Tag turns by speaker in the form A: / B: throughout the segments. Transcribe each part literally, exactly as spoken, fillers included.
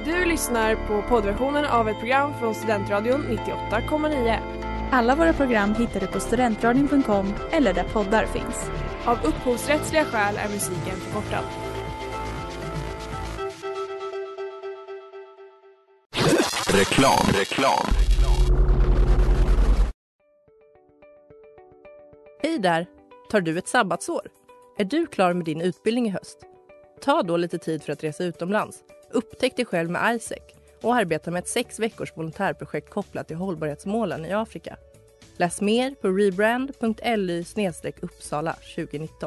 A: Du lyssnar på poddversionen av ett program från Studentradion nittioåtta komma nio.
B: Alla våra program hittar du på studentradion punkt com eller där poddar finns.
A: Av upphovsrättsliga skäl är musiken förkortad.
C: Reklam, reklam.
D: Hej där! Tar du ett sabbatsår? Är du klar med din utbildning i höst? Ta då lite tid för att resa utomlands. Upptäck dig själv med Isaac och arbeta med ett sex veckors volontärprojekt kopplat till hållbarhetsmålen i Afrika. Läs mer på rebrand punkt l y slash uppsala tjugonitton.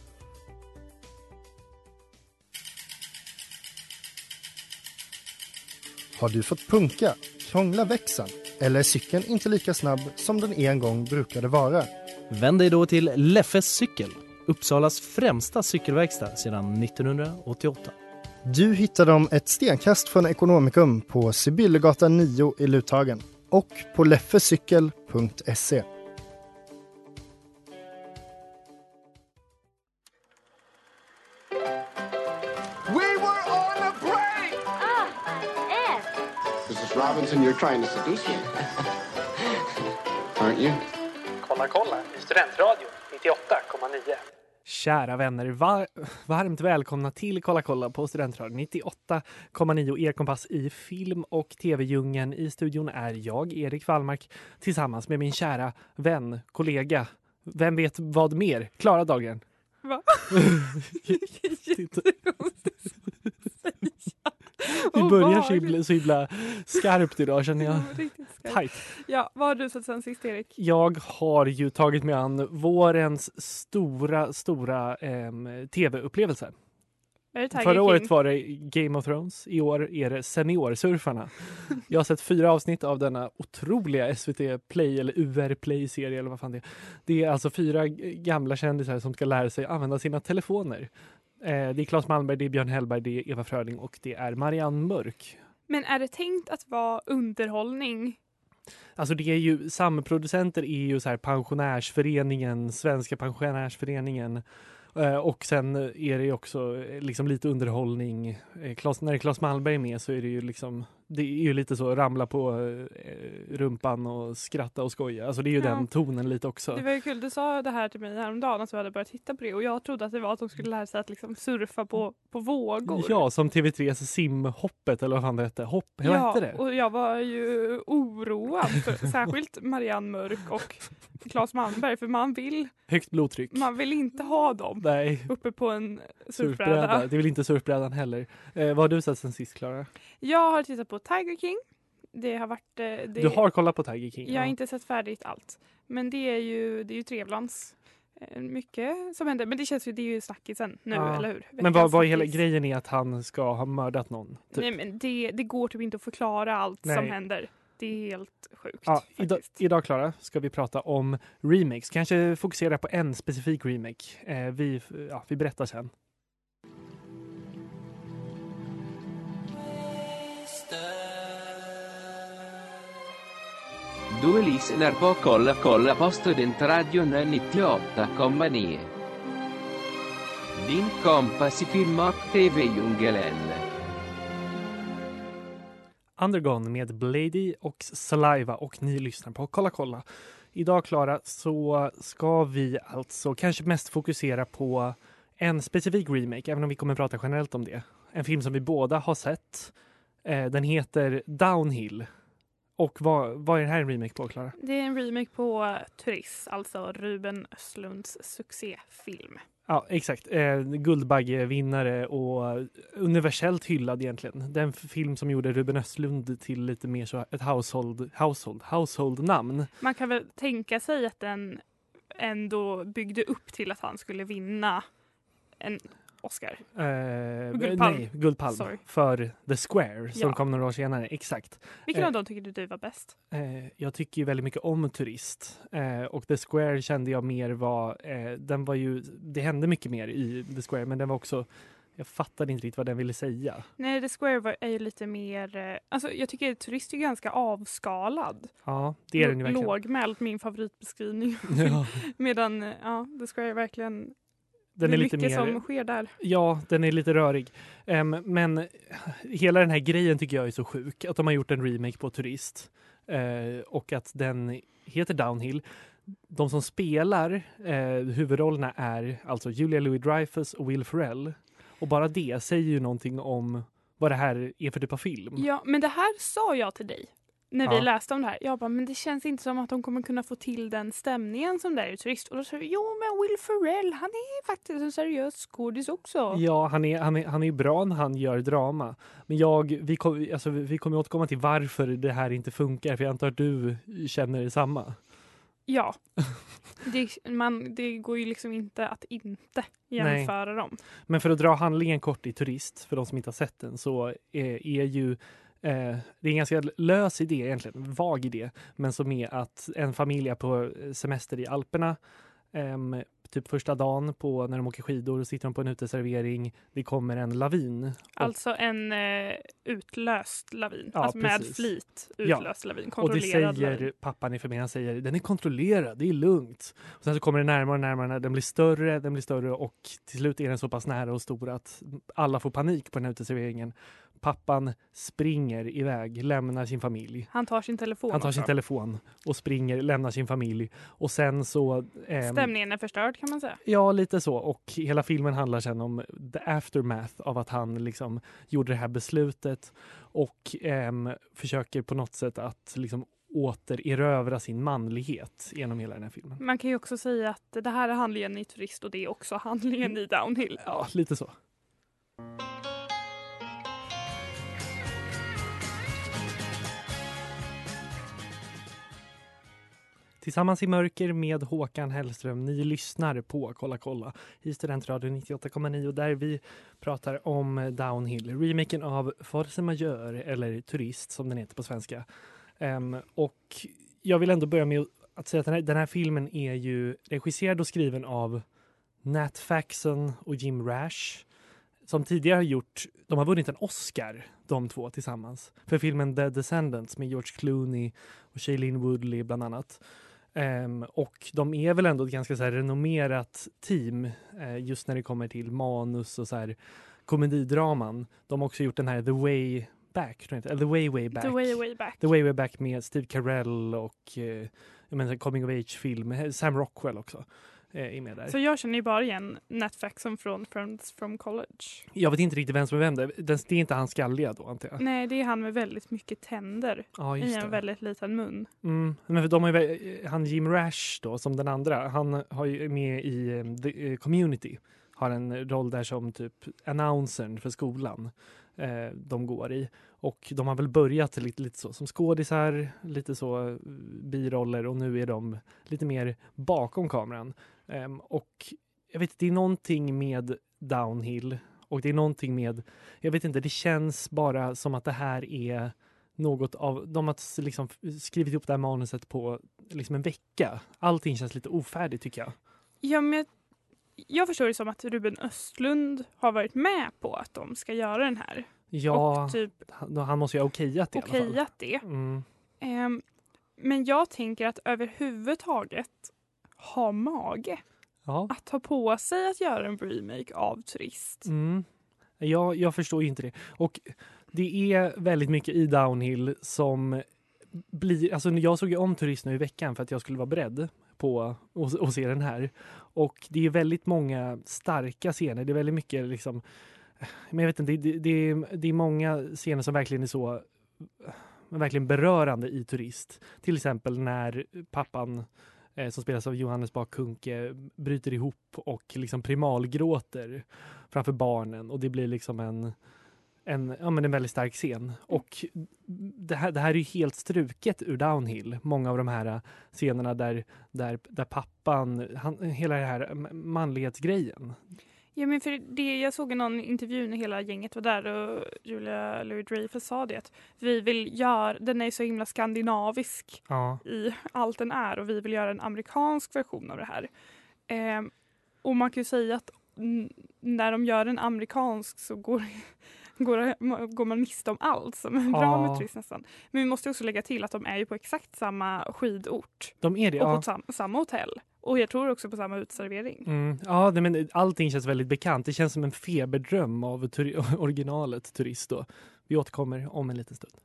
E: Har du fått punka, krångla växeln eller är cykeln inte lika snabb som den en gång brukade vara?
F: Vänd dig då till Leffes cykel, Uppsalas främsta cykelverkstad sedan nittonhundraåttioåtta.
E: Du hittar dem ett stenkast från Ekonomikum på Sibyllegatan nio i Luthagen och på leffecykel punkt se.
G: We were on a break!
H: Ah, Ed!
G: Missus Robinson, you're trying to seduce me. Aren't you?
I: Kolla, kolla i Studentradion nittioåtta komma nio. Kära vänner, var- varmt välkomna till Kolla kolla på Studentradion nittioåtta komma nio, er kompass i film- och tv-djungeln. I studion är jag, Erik Wallmark, tillsammans med min kära vän, kollega, vem vet vad mer, Klara Dahlgren.
A: Va?
I: Vi börjar så himla, så himla skarpt idag, känner jag. Tajt.
A: Ja, vad har du sett sen sist, Erik?
I: Jag har ju tagit mig an vårens stora, stora eh, tv-upplevelse.
A: Är det Tiger
I: Förra
A: King?
I: året var det Game of Thrones. I år är det Seniorsurfarna. Jag har sett fyra avsnitt av denna otroliga S V T Play eller U R Play-serie eller vad fan det är. Det är alltså fyra gamla kändisar som ska lära sig använda sina telefoner. Eh, det är Claes Malmberg, det är Björn Hellberg, det är Eva Fröling och det är Marianne Mörk.
A: Men är det tänkt att vara underhållning?
I: Alltså det är ju, samproducenter är ju så här Pensionärsföreningen, Svenska Pensionärsföreningen. Eh, och sen är det ju också eh, liksom lite underhållning. Eh, Claes, när Claes Malmberg är med så är det ju liksom, det är ju lite så ramla på eh, rumpan och skratta och skoja. Alltså det är ju
A: Ja.
I: den tonen lite också.
A: Det var ju kul, du sa det här till mig häromdagen att du hade börjat titta på det. Och jag trodde att det var att de skulle lära sig att liksom surfa på, på vågor.
I: Ja, som T V tre:s simhoppet eller vad fan det hette. Hopp, vad
A: Ja,
I: hette det?
A: och jag var ju oroad för särskilt Marianne Mörk och Claes Malmberg, för man vill,
I: Högt blodtryck.
A: man vill inte ha dem
I: Nej,
A: uppe på en
I: surfbräda.
A: surfbräda.
I: Det vill inte surfbrädan heller. Eh, vad har du sett sen sist, Klara?
A: Jag har tittat på Tiger King. Det har varit... eh, Det,
I: Du har kollat på Tiger King?
A: Jag har
I: ja.
A: inte sett färdigt allt. Men det är ju, det är ju trevlans. Eh, Mycket som händer. Men det känns ju, det är ju snackisen nu,
I: Ja.
A: eller hur?
I: Men vad, vad är hela
A: Veckans
I: grejen är att han ska ha mördat någon? Typ.
A: Nej, men det, det går typ inte att förklara allt
I: Nej.
A: som händer. Det är helt sjukt.
I: Ja, idag,
A: faktiskt.
I: idag, Klara, ska vi prata om remakes. Kanske fokusera på en specifik remake. Eh, vi, ja, vi berättar sen.
J: Du lyssnar på Kolla kolla på Studentradion nittioåtta komma nio. Din kompass i film- och tv-djungeln.
I: Undergone med Blady och Saliva, och ni lyssnar på Kolla kolla. Idag, Klara, så ska vi alltså kanske mest fokusera på en specifik remake, även om vi kommer prata generellt om det. En film som vi båda har sett. Eh, den heter Downhill. Och vad, vad är det här en remake på, Klara?
A: Det är en remake på Turist, alltså Ruben Östlunds succéfilm.
I: Ja, exakt. Eh, Guldbaggevinnare och universellt hyllad egentligen. Den film som gjorde Ruben Östlund till lite mer så ett household, household, household-namn.
A: Man kan väl tänka sig att den ändå byggde upp till att han skulle vinna en Oscar.
I: Eh,
A: Guldpalm.
I: Nej, Guldpalm.
A: Sorry.
I: För The Square som
A: Ja.
I: kom några år senare. Exakt.
A: Vilken
I: Eh,
A: av dem tycker du du var bäst?
I: Eh, jag tycker ju väldigt mycket om Turist. Eh, och The Square kände jag mer var, eh, den var ju, det hände mycket mer i The Square, men den var också, jag fattade inte riktigt vad den ville säga.
A: Nej, The Square var, är ju lite mer, eh, alltså jag tycker Turist är ganska avskalad.
I: Ja, det är den ju verkligen.
A: Lågmäld, min favoritbeskrivning.
I: Ja.
A: Medan, eh, ja, The Square är verkligen
I: Den
A: det är,
I: är lite
A: mycket
I: mer,
A: som sker där.
I: Ja, den är lite rörig. Um, men hela den här grejen tycker jag är så sjuk. Att de har gjort en remake på Turist. Uh, och att den heter Downhill. De som spelar uh, huvudrollerna är alltså Julia Louis-Dreyfus och Will Ferrell. Och bara det säger ju någonting om vad det här är för typ av film.
A: Ja, men det här sa jag till dig när vi
I: Ja.
A: läste om det här. Jag bara, men det känns inte som att de kommer kunna få till den stämningen som det är i Turist. Och då sa du, jo men Will Ferrell, han är faktiskt en seriös skådis också.
I: Ja, han är, han är, han är bra när han gör drama. Men jag, vi, kom, alltså, vi kommer återkomma till varför det här inte funkar. För jag antar att du känner samma.
A: Ja, det, man, det går ju liksom inte att inte jämföra
I: Nej.
A: dem.
I: Men för att dra handlingen kort i Turist, för de som inte har sett den, så är, är ju eh, det är en ganska lös idé egentligen, en vag idé, men som är att en familj är på semester i Alperna, eh, typ första dagen på, när de åker skidor, sitter de på en uteservering, det kommer en lavin.
A: Alltså en eh, utlöst lavin,
I: Ja,
A: alltså med
I: precis.
A: flit
I: Ja.
A: utlöst lavin,
I: Och det
A: kontrollerad
I: säger
A: lavin.
I: pappan i familjen, han säger den är kontrollerad, det är lugnt. Och sen så kommer det närmare och närmare, den blir större, den blir större och till slut är den så pass nära och stor att alla får panik på den här uteserveringen. Pappan springer iväg, lämnar sin familj.
A: Han tar sin telefon
I: Han tar sin
A: också.
I: telefon och springer, lämnar sin familj. Och sen så... ehm,
A: Stämningen är förstörd kan man säga.
I: Ja, lite så. Och hela filmen handlar sen om the aftermath av att han liksom gjorde det här beslutet och ehm, försöker på något sätt att liksom återerövra sin manlighet genom hela den här filmen.
A: Man kan ju också säga att det här är handlingen i Turist och det är också handlingen i Downhill.
I: Ja, lite så. Tillsammans i mörker med Håkan Hellström. Ni lyssnar på Kolla kolla i Studentradion nittioåtta komma nio där vi pratar om Downhill. Remaken av Force Majeure eller Turist som den heter på svenska. Um, och jag vill ändå börja med att säga att den här, den här filmen är ju regisserad och skriven av Nat Faxon och Jim Rash. Som tidigare har gjort, de har vunnit en Oscar, de två tillsammans. För filmen The Descendants med George Clooney och Shailene Woodley bland annat. Um, och de är väl ändå ett ganska så här renommerat team uh, just när det kommer till manus och så här komedidraman. De har också gjort den här The Way Back, tror jag inte. Eller The Way Way Back.
A: The Way Way Back.
I: The Way Way Back med Steve Carell och uh, jag menar, coming of age-film. Sam Rockwell också uh, är med där.
A: Så jag känner ju bara igen Nat Faxon från Friends from College.
I: Jag vet inte riktigt vem som är vem. Det, det är inte han skalliga då, antar jag.
A: Nej, det är han med väldigt mycket tänder
I: Ja,
A: i
I: just
A: en
I: det.
A: väldigt liten mun.
I: Mm, men för de har ju, han Jim Rash då, som den andra, han har ju med i um, The uh, Community. Har en roll där som typ announcern för skolan eh, de går i. Och de har väl börjat lite, lite så som skådisar, lite så uh, biroller och nu är de lite mer bakom kameran. Um, och jag vet det är någonting med Downhill och det är någonting med, jag vet inte, det känns bara som att det här är något av, de har liksom skrivit upp det här manuset på liksom en vecka. Allting känns lite ofärdigt tycker jag.
A: Ja, men jag, jag förstår det som att Ruben Östlund har varit med på att de ska göra den här.
I: Ja,
A: och typ
I: han, han måste ju ha okejat det i alla fall.
A: okejat det.
I: Mm.
A: Um, men jag tänker att överhuvudtaget ha mage
I: Ja.
A: att ta på sig att göra en remake av Turist.
I: Mm. Jag, jag förstår ju inte det. Och det är väldigt mycket i Downhill som blir... Alltså jag såg ju om Turist nu i veckan för att jag skulle vara beredd på att, att se den här. Och det är väldigt många starka scener. Det är väldigt mycket liksom... Men jag vet inte, det, det, det är många scener som verkligen är så... verkligen berörande i Turist. Till exempel när pappan eh, som spelas av Johannes Bakunke bryter ihop och liksom primalgråter framför barnen och det blir liksom en en, ja, men en väldigt stark scen. Och det här, det här är ju helt struket ur Downhill. Många av de här scenerna där, där, där pappan, han, hela det här manlighetsgrejen.
A: Ja, men för det, jag såg i någon intervju när hela gänget var där och Julia Louis-Dreyfus sa det att vi vill göra, den är så himla skandinavisk
I: Ja.
A: i allt den är och vi vill göra en amerikansk version av det här. Eh, och man kan ju säga att n- när de gör en amerikansk så går, går, går man miste om allt som är bra
I: Ja.
A: med Turist nästan. Men vi måste också lägga till att de är ju på exakt samma skidort
I: De är det,
A: och
I: ja.
A: på sam- samma hotell. Och jag tror också på samma utservering.
I: Mm. Ja, det, men allting känns väldigt bekant. Det känns som en feberdröm av turi- originalet Turist då. Vi återkommer om en liten stund.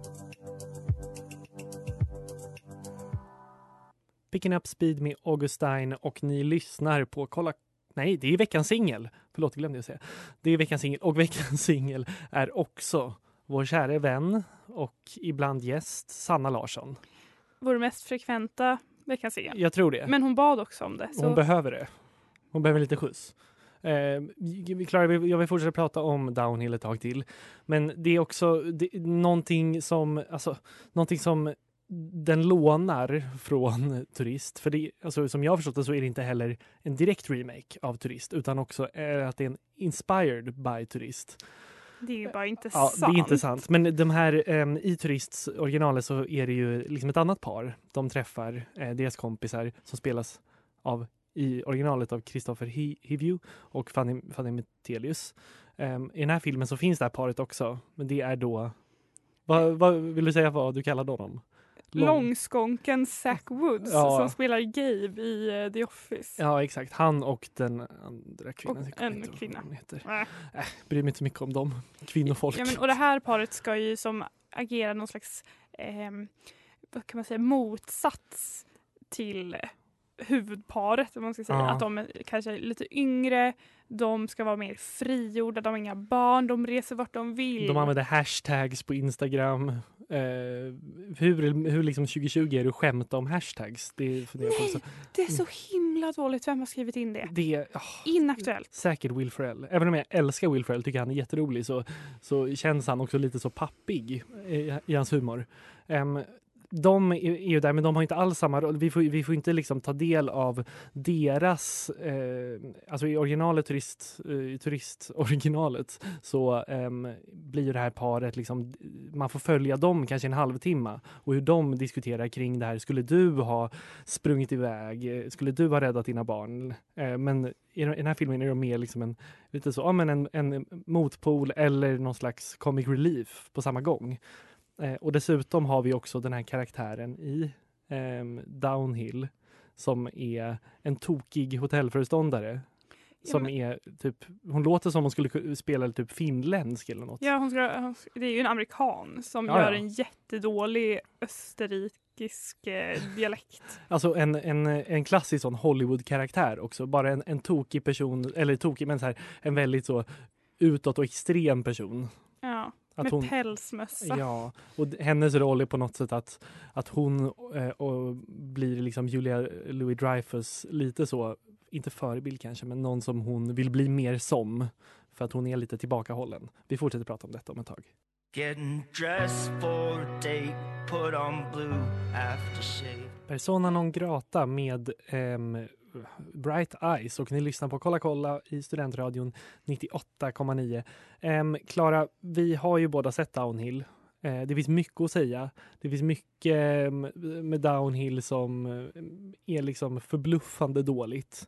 I: Picking Up Speed med Augustine och ni lyssnar på Kolla. Nej, det är veckans singel. Förlåt, glömde jag säga. Det är veckans singel och veckans singel är också vår kära vän och ibland gäst Sanna Larsson.
A: Vår mest frekventa veckans singel.
I: Jag tror det.
A: Men hon bad också om det. Så...
I: Hon behöver det. Hon behöver lite skjuts. Eh, vi klarar, jag vill fortsätta prata om Downhill ett tag till. Men det är också det, någonting som alltså, någonting som den lånar från Turist. För det, alltså, som jag har förstått det så är det inte heller en direkt remake av Turist utan också är att det är en inspired by Turist.
A: Det är ju bara inte
I: ja,
A: sant.
I: Det är inte sant. Men de här, um, i Turists originalet så är det ju liksom ett annat par. De träffar eh, deras kompisar som spelas av i originalet av Christopher Hivju och Fanny, Fanny Metelius. Um, I den här filmen så finns det här paret också. Men det är då... Vad, vad vill du säga vad du kallar honom? Lång...
A: Långskånken Zach Woods
I: ja.
A: som spelar Gabe i uh, The Office.
I: Ja, exakt. Han och den andra kvinnan.
A: Och en kvinna.
I: Äh. Äh, bryr mig inte så mycket om dem. Kvinnofolk.
A: Ja, men, och det här paret ska ju som agera någon slags eh, vad kan man säga, motsats till huvudparet, om man ska säga.
I: Ja.
A: Att de är kanske lite yngre, de ska vara mer frigjorda, de har inga barn, de reser vart de vill.
I: De använder hashtags på Instagram. Eh, hur hur liksom tjugo tjugo är det att skämta om hashtags? Det är,
A: Nej, så. det är så himla dåligt. Vem har skrivit in det?
I: Det är oh,
A: inaktuellt.
I: Säkert Will Ferrell. Även om jag älskar Will Ferrell, tycker han är jätterolig, så, så känns han också lite så pappig i, i hans humor. Um, De är ju där, men de har inte alls samma roll. Vi får, vi får inte liksom ta del av deras... Eh, alltså i originalet, turist, eh, turistoriginalet, så eh, blir det här paret... Liksom, man får följa dem kanske en halvtimme. Och hur de diskuterar kring det här. Skulle du ha sprungit iväg? Skulle du ha räddat dina barn? Eh, men i den här filmen är de mer liksom en, lite så, ja, men en, en motpol eller någon slags comic relief på samma gång. Eh, och dessutom har vi också den här karaktären i eh, Downhill som är en tokig hotellföreståndare.
A: Ja,
I: som
A: men...
I: är typ, hon låter som hon skulle spela typ finländsk eller något.
A: Ja, hon ska, det är ju en amerikan som
I: ja,
A: gör
I: ja.
A: en jättedålig österrikisk eh, dialekt.
I: Alltså en, en, en klassisk sån Hollywood-karaktär också. Bara en, en tokig person, eller tokig men så här, en väldigt så utåt och extrem person.
A: Ja.
I: Att
A: med
I: hon,
A: pälsmössa.
I: Ja, och hennes roll är på något sätt att, att hon eh, och blir liksom Julia Louis-Dreyfus lite så, inte förebild kanske, men någon som hon vill bli mer som för att hon är lite tillbakahållen. Vi fortsätter prata om detta om ett tag.
K: Getting dressed for a date, put on blue aftershave. Persona
I: non grata med ehm, Bright Eyes, och ni lyssnar på Kolla kolla i Studentradion nittioåtta komma nio. Klara, um, vi har ju båda sett Downhill. Uh, det finns mycket att säga. Det finns mycket um, med Downhill som uh, är liksom förbluffande dåligt.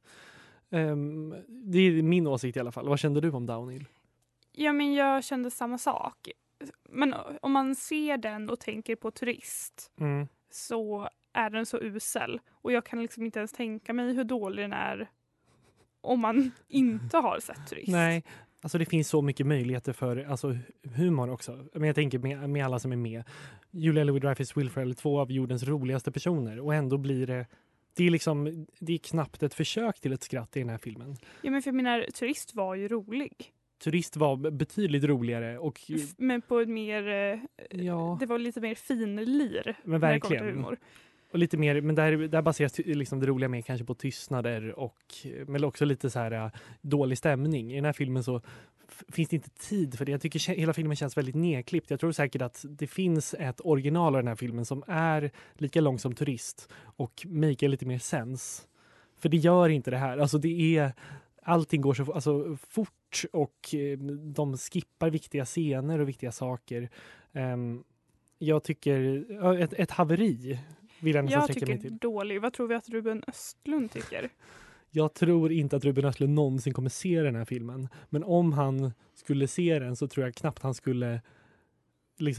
I: Um, det är min åsikt i alla fall. Vad kände du om Downhill?
A: Ja, men jag kände samma sak. Men om man ser den och tänker på Turist
I: mm.
A: så är den så usel. Och jag kan liksom inte ens tänka mig hur dålig den är om man inte har sett Turist.
I: Nej, alltså det finns så mycket möjligheter för alltså, humor också. Men jag tänker med, med alla som är med. Julia Louis-Dreyfus, Will Ferrell, två av jordens roligaste personer. Och ändå blir det... Det är, liksom, det är knappt ett försök till ett skratt i den här filmen.
A: Ja, men för jag menar, Turist var ju rolig.
I: Turist var betydligt roligare. Och,
A: men på ett mer...
I: Ja.
A: Det var lite mer finlir.
I: Men verkligen. Humor. Och lite mer, men där, där baseras liksom det roliga mer kanske på tystnader och men också lite så här dålig stämning. I den här filmen så f- finns det inte tid för det. Jag tycker hela filmen känns väldigt nedklippt. Jag tror säkert att det finns ett original av den här filmen som är lika lång som Turist och make lite mer sens. För det gör inte det här. Alltså det är, allting går så alltså, fort och eh, de skippar viktiga scener och viktiga saker. Um, jag tycker ett, ett haveri. Vill jag
A: jag tycker dålig. Vad tror vi att Ruben Östlund tycker?
I: Jag tror inte att Ruben Östlund någonsin kommer se den här filmen. Men om han skulle se den så tror jag knappt han skulle liksom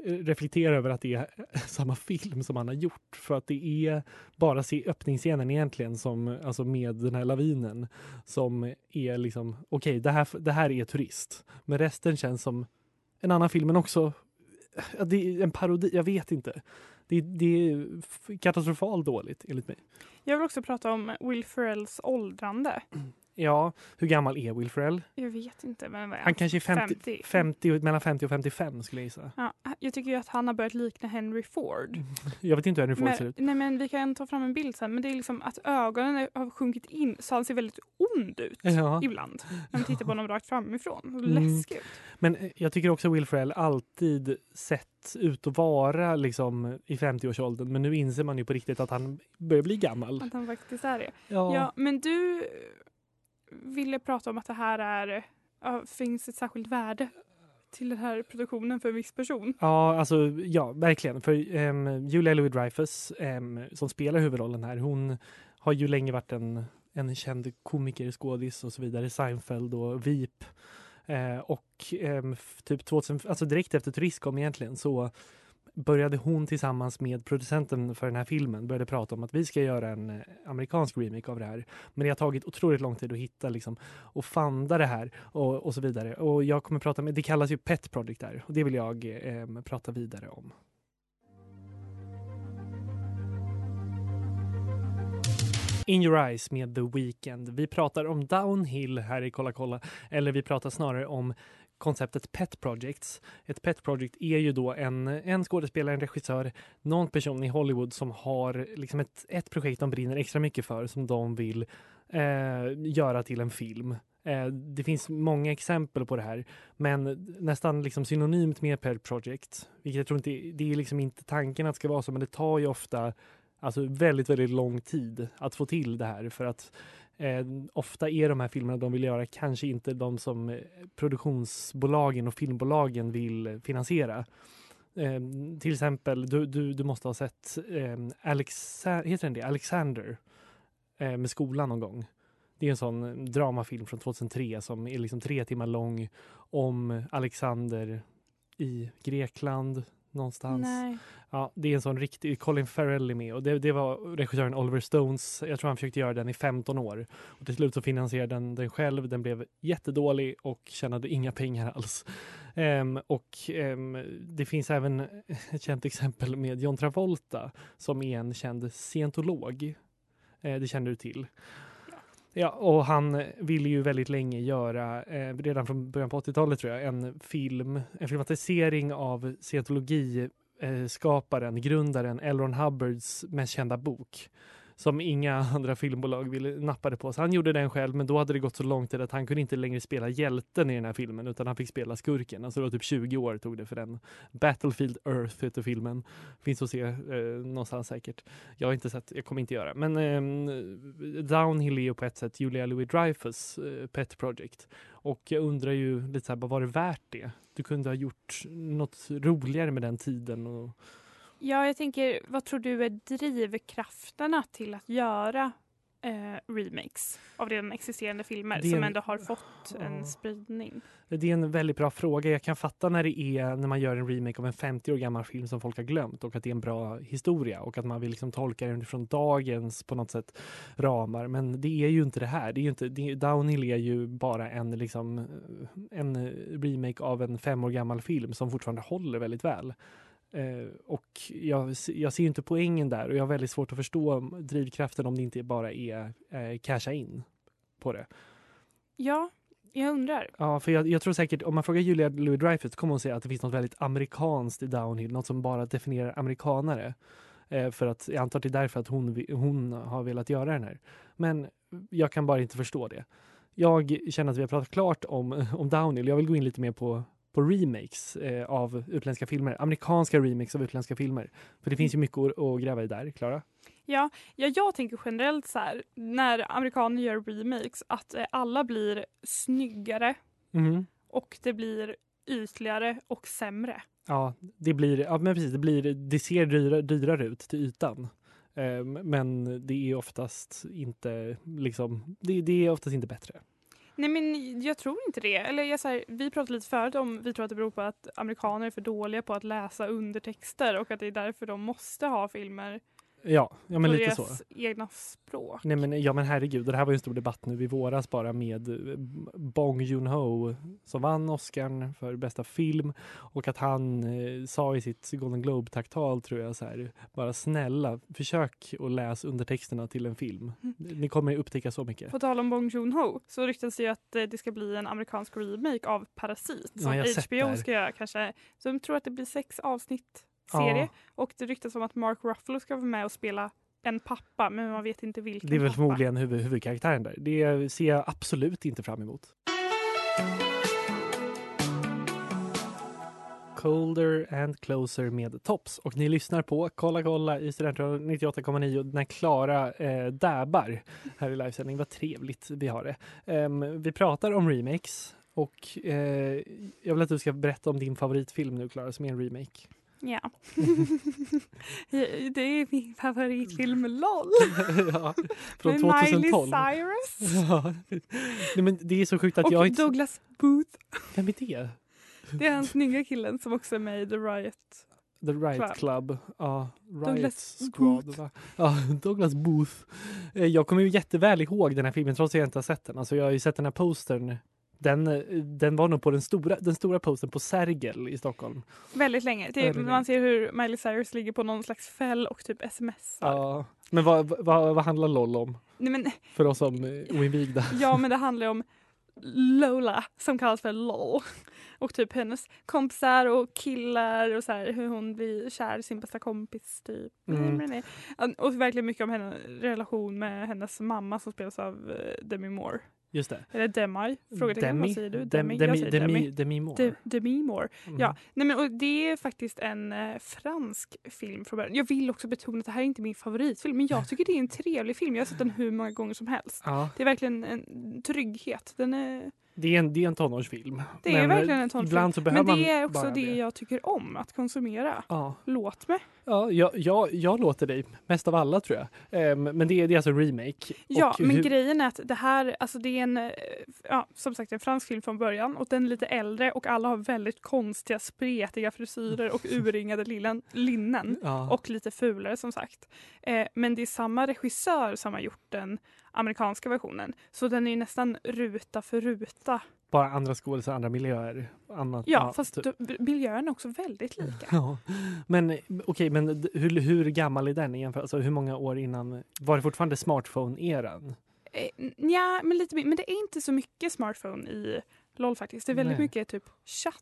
I: reflektera över att det är samma film som han har gjort. För att det är bara se öppningsscenen egentligen som, alltså med den här lavinen som är liksom, okej, okay, det, här, det här är turist. Men resten känns som en annan film, men också det är en parodi, jag vet inte. Det, det är katastrofalt dåligt enligt mig.
A: Jag vill också prata om Will Ferrells åldrande.
I: Ja, hur gammal är Will Ferrell?
A: Jag vet inte, men vad är
I: han? Han kanske är femtio, femtio. femtio, mellan femtio och femtiofem skulle jag gissa.
A: Ja, jag tycker ju att han har börjat likna Henry Ford.
I: Jag vet inte hur Henry Ford
A: men,
I: ser ut.
A: Nej, men vi kan ta fram en bild sen. Men det är liksom att ögonen har sjunkit in så han ser väldigt ond ut ja. ibland. När man tittar på honom rakt framifrån. Mm. Läskigt.
I: Men jag tycker också Will Ferrell alltid sett ut att vara liksom i femtioårsåldern. Men nu inser man ju på riktigt att han börjar bli gammal.
A: Att han faktiskt är det.
I: Ja,
A: ja men du ville prata om att det här är, ja, finns ett särskilt värde till den här produktionen för en viss person.
I: Ja, alltså ja, verkligen. För um, Julia Louis-Dreyfus um, som spelar huvudrollen här, hon har ju länge varit en, en känd komiker, skådis och så vidare, Seinfeld och Veep. Uh, och um, typ tvåtusen, alltså direkt efter Turistcom egentligen så började hon tillsammans med producenten för den här filmen började prata om att vi ska göra en amerikansk remake av det här. Men det har tagit otroligt lång tid att hitta liksom, och fanda det här och, och så vidare. Och jag kommer prata med, det kallas ju Pet Project där och det vill jag eh, prata vidare om. In Your Eyes med The Weeknd. Vi pratar om Downhill här i Kolla Kolla, eller vi pratar snarare om konceptet Pet Projects. Ett Pet Project är ju då en, en skådespelare, en regissör, någon person i Hollywood som har liksom ett, ett projekt de brinner extra mycket för som de vill eh, göra till en film. Eh, det finns många exempel på det här, men nästan liksom synonymt med Pet Project, vilket jag tror inte, det är liksom inte tanken att det ska vara så, men det tar ju ofta alltså väldigt, väldigt lång tid att få till det här för att Eh, ofta är de här filmerna de vill göra kanske inte de som eh, produktionsbolagen och filmbolagen vill finansiera. Eh, till exempel, du, du, du måste ha sett eh, Alexa- heter den det? Alexander eh, med skolan någon gång. Det är en sån dramafilm från tjugohundratre som är liksom tre timmar lång om Alexander i Grekland någonstans.
A: Nej.
I: Ja, det är en sån riktig, Colin Farrell är med och det, det var regissören Oliver Stones, jag tror han försökte göra den i femton år och till slut så finansierade den den själv, den blev jättedålig och tjänade inga pengar alls. Um, och um, det finns även ett känt exempel med John Travolta som är en känd scientolog. Uh, det känner du till. Ja, och han ville ju väldigt länge göra, eh, redan från början på åttiotalet tror jag, en film, en filmatisering av scientologi-skaparen, grundaren L. Ron Hubbards mest kända bok. Som inga andra filmbolag ville nappade på. Så han gjorde den själv, men då hade det gått så lång tid att han kunde inte längre spela hjälten i den här filmen, utan han fick spela skurken. Alltså det var typ tjugo år tog det för den. Battlefield Earth heter filmen. Finns att se eh, någonstans säkert. Jag har inte sett, jag kommer inte göra. Men eh, Downhill är ju på ett sätt Julia Louis-Dreyfus eh, Pet Project. Och jag undrar ju lite så här, var det värt det? Du kunde ha gjort något roligare med den tiden och
A: ja, jag tänker, vad tror du är drivkrafterna till att göra eh, remakes av redan existerande filmer
I: en,
A: som ändå har fått en uh, spridning?
I: Det är en väldigt bra fråga. Jag kan fatta när det är när man gör en remake av en femtio år gammal film som folk har glömt och att det är en bra historia och att man vill liksom tolka den från dagens på något sätt ramar. Men det är ju inte det här. Det är ju inte, det, Downhill är ju bara en, liksom, en remake av en fem år gammal film som fortfarande håller väldigt väl. Uh, och jag, jag ser inte poängen där och jag har väldigt svårt att förstå drivkraften om det inte bara är uh, casha in på det.
A: Ja, jag undrar.
I: Ja, för jag, jag tror säkert, om man frågar Julia Louis-Dreyfus kommer hon säga att det finns något väldigt amerikanskt i Downhill, något som bara definierar amerikanare. Uh, för att jag antar att det är därför att hon, hon har velat göra den här. Men jag kan bara inte förstå det. Jag känner att vi har pratat klart om, om Downhill. Jag vill gå in lite mer på på remakes eh, av utländska filmer. Amerikanska remakes av utländska filmer. För det finns ju mycket att, att gräva i där, Klara.
A: Ja, ja, jag tänker generellt så här, när amerikaner gör remakes, att eh, alla blir snyggare
I: mm.
A: och det blir ytligare och sämre.
I: Ja, det blir, ja men precis, det, blir, det ser dyrare, dyrare ut till ytan. Eh, men det är oftast inte liksom, det, det är oftast inte bättre.
A: Nej, men jag tror inte det. Eller jag säger, vi pratade lite förut om vi tror att det beror på att amerikaner är för dåliga på att läsa undertexter och att det är därför de måste ha filmer
I: Ja, ja men
A: på
I: lite
A: deras
I: så.
A: egna språk.
I: Nej men, ja men herregud, och det här var ju en stor debatt nu i våras bara med eh, Bong Joon-ho som vann Oscarn för bästa film och att han eh, sa i sitt Golden Globe-taktal tror jag så här, bara snälla, försök att läsa undertexterna till en film.
A: Mm.
I: Ni kommer upptäcka så mycket.
A: På tal om Bong Joon-ho så ryktas det ju att eh, det ska bli en amerikansk remake av Parasit
I: Ja,
A: som
I: jag har sett
A: H B
I: det
A: O
I: här.
A: ska göra kanske. Så de tror att det blir sex avsnitt serie
I: Ja.
A: och det ryktas om att Mark Ruffalo ska vara med och spela en pappa, men man vet inte vilken
I: Det är väl
A: pappa.
I: förmodligen huvud, huvudkaraktären där. Det ser jag absolut inte fram emot. Colder and Closer med Tops. Och ni lyssnar på Kolla kolla i Studentradion nittioåtta komma nio när Klara eh, dabbar här i livesändning. Vad trevligt vi har det. Um, vi pratar om remakes och eh, jag vill att du ska berätta om din favoritfilm nu, Klara, som är en remake.
A: Ja. Det är min favoritfilm LOL.
I: Ja, från
A: med
I: tjugohundratolv.
A: Miley Cyrus.
I: Ja. Nej, men det är så sjukt att
A: och
I: jag inte...
A: Douglas Booth.
I: Vem är det?
A: Det är den snygga killen som också är med i The Riot.
I: The Riot Club.
A: Club.
I: Ja, Riot
A: Douglas
I: Squad.
A: Booth.
I: Va? Ja, Douglas Booth. Eh, Jag kommer ju jätteväl ihåg den här filmen trots att jag inte har sett den. Alltså jag har ju sett den här postern. Den, eh, den var nog på den stora, den stora postern på Sergel i Stockholm.
A: Väldigt länge. Det är,
I: Väldigt länge.
A: man ser hur Miley Cyrus ligger på någon slags fäll och typ smsar.
I: Ja. Men vad, vad, vad handlar LOL om?
A: Nej, men,
I: För oss som eh, oinvigda.
A: ja, men det handlar om Lola som kallas för LOL. Och typ hennes kompisar och killar och så här, hur hon blir kär i sin bästa kompis typ.
I: Mm.
A: Nej, nej, nej. Och verkligen mycket om hennes relation med hennes mamma som spelas av uh, Demi Moore.
I: Just det.
A: Eller Demi? Frågetecken, vad säger du?
I: Dem,
A: Demi?
I: Demi,
A: Jag säger
I: Demi,
A: Demi.
I: Demi Moore.
A: De, Demi Moore.
I: Mm.
A: Ja, nej men och det är faktiskt en eh, fransk film från början. Jag vill också betona att det här är inte min favoritfilm, men jag tycker det är en trevlig film. Jag har sett den hur många gånger som helst.
I: Ja.
A: Det är verkligen en trygghet. Den är...
I: Det är en, det är en tonårsfilm.
A: Det är
I: Men
A: verkligen en tonårsfilm.
I: ibland så behöver
A: men det
I: man
A: är också
I: bara
A: det jag tycker om att konsumera.
I: Ja.
A: Låt mig.
I: Ja, jag, jag, jag låter dig mest av alla tror jag. Um, men det är, det är alltså en remake.
A: Ja,
I: och
A: men
I: hur,
A: grejen är att det här, alltså det är en, eh, ja, som sagt en fransk film från början och den är lite äldre och alla har väldigt konstiga, spretiga frisyrer och urringade linnen, linnen
I: Ja.
A: och lite fulare som sagt. Eh, men det är samma regissör som har gjort den amerikanska versionen. Så den är nästan ruta för ruta.
I: Bara andra skådespelare, andra miljöer. Annat,
A: Ja, fast
I: typ.
A: då, miljön är också väldigt lika.
I: Ja. Men okej, okay, men d- hur, hur gammal är den jämfört? Alltså hur många år innan? Var det fortfarande smartphone-eran?
A: Eh, ja, men lite mer. Men det är inte så mycket smartphone i LOL faktiskt. Det är väldigt
I: Nej.
A: mycket typ chatt.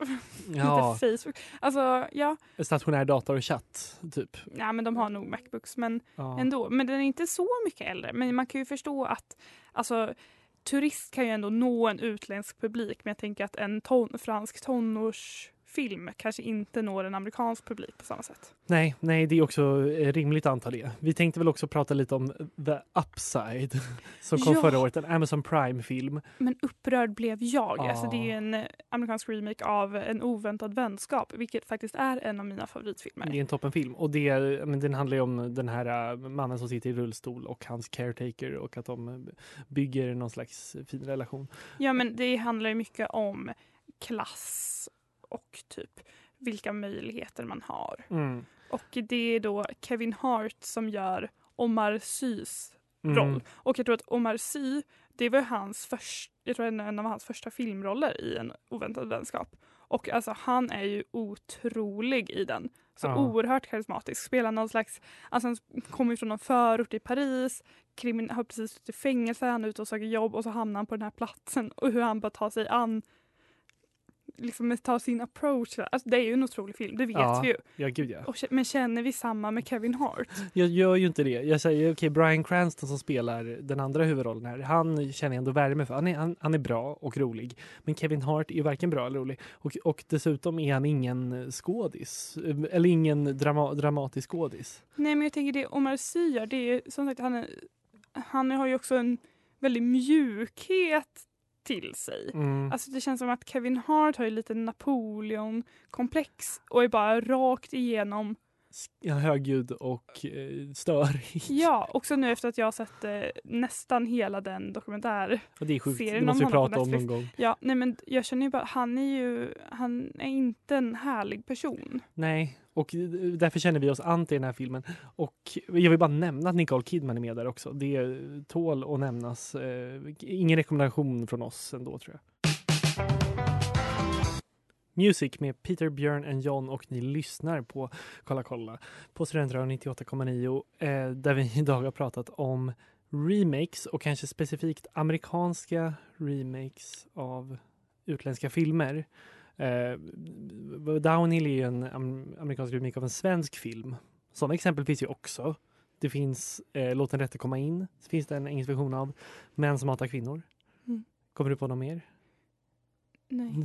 I: Ja.
A: Lite Facebook. Alltså, ja.
I: Stationär dator och chatt, typ.
A: Ja, men de har nog Macbooks, men
I: Ja.
A: ändå. Men den är inte så mycket äldre. Men man kan ju förstå att alltså, turist kan ju ändå nå en utländsk publik. Men jag tänker att en ton, fransk tonårsfilm kanske inte når en amerikansk publik på samma sätt.
I: Nej, nej, det är också eh, rimligt att anta det. Vi tänkte väl också prata lite om The Upside som kom
A: Ja.
I: förra året, en Amazon Prime-film.
A: Men upprörd blev jag.
I: Ja.
A: Alltså, det är ju en eh, amerikansk remake av En oväntad vänskap, vilket faktiskt är en av mina favoritfilmer.
I: Det är en toppenfilm och det, men den handlar ju om den här äh, mannen som sitter i rullstol och hans caretaker och att de äh, bygger någon slags fin relation.
A: Ja, men det handlar ju mycket om klass och typ vilka möjligheter man har.
I: Mm.
A: Och det är då Kevin Hart som gör Omar Sys
I: Mm.
A: roll. Och jag tror att Omar Sy, det var hans först, jag tror en, en av hans första filmroller i En oväntad vänskap. Och alltså han är ju otrolig i den. Så
I: Ja.
A: oerhört karismatisk. Spelar någon slags, alltså han kommer från någon förort i Paris, krimin, har precis suttit i fängelse, han är ute och söker jobb och så hamnar han på den här platsen och hur han bara tar sig an liksom tar sin approach. Alltså det är ju en otrolig film, det vet
I: Ja,
A: vi ju.
I: ja, gud ja.
A: Och, men känner vi samma med Kevin Hart?
I: Jag gör ju inte det. Jag säger okej, okay, Bryan Cranston som spelar den andra huvudrollen här, han känner jag ändå värme för. Han är, han, han är bra och rolig. Men Kevin Hart är ju varken bra eller rolig. Och, och dessutom är han ingen skådis. Eller ingen drama, dramatisk skådis.
A: Nej, men jag tänker det Omar Sy gör, det är som sagt, han, är, han har ju också en väldigt mjukhet till sig.
I: Mm.
A: Alltså det känns som att Kevin Hart har ju lite Napoleon-komplex och är bara rakt igenom
I: högljudd och eh, störig.
A: Ja, också nu efter att jag har sett eh, nästan hela den dokumentär.
I: Och det är sjukt,
A: serien
I: det måste vi
A: honom
I: prata
A: på
I: om någon
A: Netflix.
I: gång.
A: Ja, nej men jag känner ju bara, han är ju, han är inte en härlig person.
I: Nej, och därför känner vi oss anti den här filmen. Och jag vill bara nämna att Nicole Kidman är med där också. Det tål att nämnas. Eh, ingen rekommendation från oss ändå, tror jag. Music med Peter, Björn och John, och ni lyssnar på Kolla kolla på Studentradion nittioåtta komma nio eh, där vi idag har pratat om remakes och kanske specifikt amerikanska remakes av utländska filmer. Eh, Downhill är ju en am- amerikansk remake av en svensk film. Sådana exempel finns ju också. Det finns eh, Låt den rätte komma in. Så finns det en engelsk version av Män som hatar kvinnor.
A: Mm.
I: Kommer du på något mer?
A: Nej.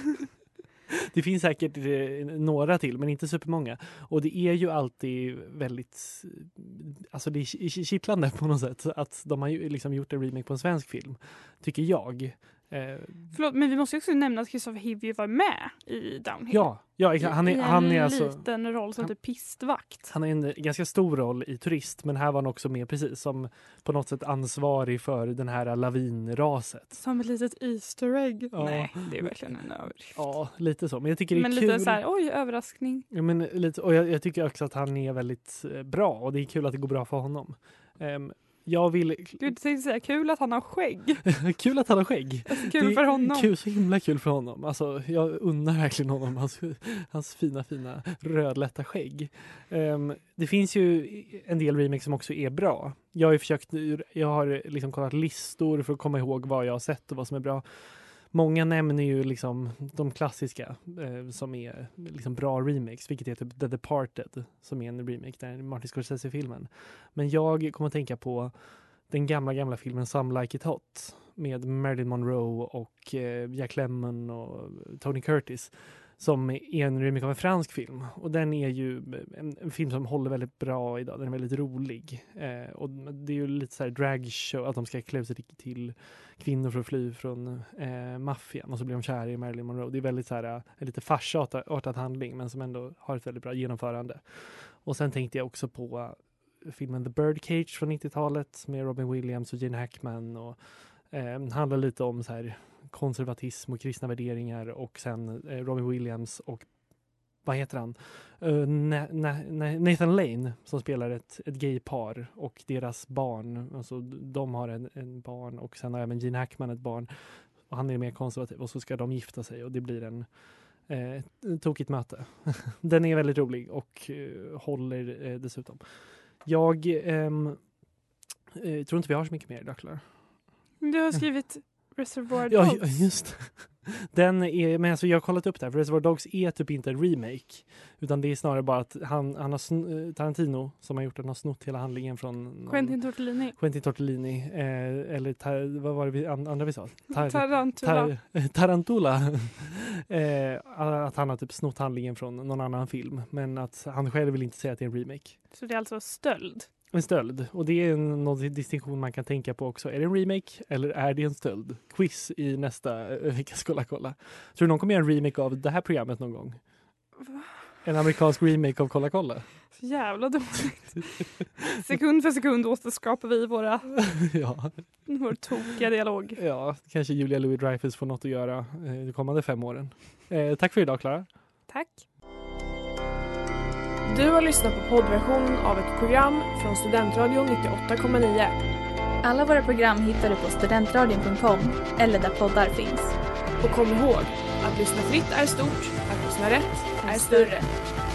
I: Det finns säkert eh, några till, men inte supermånga. Och det är ju alltid väldigt, alltså det är kittlande på något sätt att de har ju liksom gjort en remake på en svensk film, tycker jag. Eh,
A: Förlåt, men vi måste också nämna att Christopher Hivju var med i Downhill.
I: ja, ja exakt. Han är,
A: I en
I: han är alltså
A: liten roll som
I: han,
A: typ pistvakt.
I: Han har en ganska stor roll i Turist, men här var han också med precis som på något sätt ansvarig för den här lavinraset.
A: Som ett litet Easter egg.
I: Ja.
A: Nej, det är verkligen en överdrift.
I: Ja, lite så. Men jag tycker det är
A: men
I: kul.
A: lite så här, oj, överraskning.
I: Ja, men lite, och jag, jag tycker också att han är väldigt eh, bra, och det är kul att det går bra för honom. Um, jag vill...
A: Gud, jag tänkte säga, kul att han har skägg.
I: Kul att han har skägg.
A: Alltså, kul för honom.
I: Kul, så himla kul för honom. Alltså, jag undrar verkligen honom hans, hans fina, fina rödlätta skägg. Um, det finns ju en del remakes som också är bra. Jag har ju försökt, jag har liksom kollat listor för att komma ihåg vad jag har sett och vad som är bra. Många nämner ju liksom de klassiska eh, som är liksom bra remakes, vilket är typ The Departed, som är en remake, där Martin Scorsese-filmen. Men jag kommer att tänka på den gamla, gamla filmen Some Like It Hot med Marilyn Monroe och eh, Jack Lemmon och Tony Curtis, som är en remake av en fransk film. Och den är ju en, en film som håller väldigt bra idag. Den är väldigt rolig. Eh, och det är ju lite så här dragshow, att de ska klä sig till kvinnor för att fly från eh, maffian. Och så blir de kära i Marilyn Monroe. Det är väldigt så här, en lite farsartad handling, men som ändå har ett väldigt bra genomförande. Och sen tänkte jag också på filmen The Birdcage från nittiotalet med Robin Williams och Gene Hackman. Och eh, handlar lite om så här konservatism och kristna värderingar, och sen eh, Robin Williams och vad heter han? Uh, Na- Na- Nathan Lane som spelar ett, ett gaypar och deras barn. Alltså, de har en, en barn, och sen har även Gene Hackman ett barn. Och han är mer konservativ, och så ska de gifta sig, och det blir en eh, tokigt möte. Den är väldigt rolig och eh, håller eh, dessutom. Jag ehm, eh, tror inte vi har så mycket mer idag, Klara.
A: Du har skrivit Reservoir Dogs.
I: Ja, just. Den är, men alltså jag har kollat upp det här, för Reservoir Dogs är typ inte en remake, utan det är snarare bara att han, han har sn- Tarantino som har gjort den har snott hela handlingen från någon,
A: Quentin Tortellini.
I: Quentin Tortellini eh, eller tar, vad var det vi, andra vi sa? Tar,
A: Tarantula.
I: Tar, Tarantula. eh, att han har typ snott handlingen från någon annan film, men att han själv vill inte säga att det är en remake.
A: Så det är alltså stöld?
I: En stöld. Och det är en någon distinktion man kan tänka på också. Är det en remake eller är det en stöld? Quiz i nästa veckas Kolla kolla. Tror du någon kommer göra en remake av det här programmet någon gång?
A: Va?
I: En amerikansk remake av Kolla kolla.
A: Så jävla dåligt. Sekund för sekund återskapar vi våra
I: ja.
A: vår tokiga dialog.
I: Ja, kanske Julia Louis-Dreyfus får något att göra eh, de kommande fem åren. Eh, tack för idag, Klara.
A: Tack.
L: Du har lyssnat på poddversionen av ett program från Studentradion nittioåtta komma nio.
B: Alla våra program hittar du på studentradion punkt com eller där poddar finns.
L: Och kom ihåg, att lyssna fritt är stort, att lyssna rätt är större.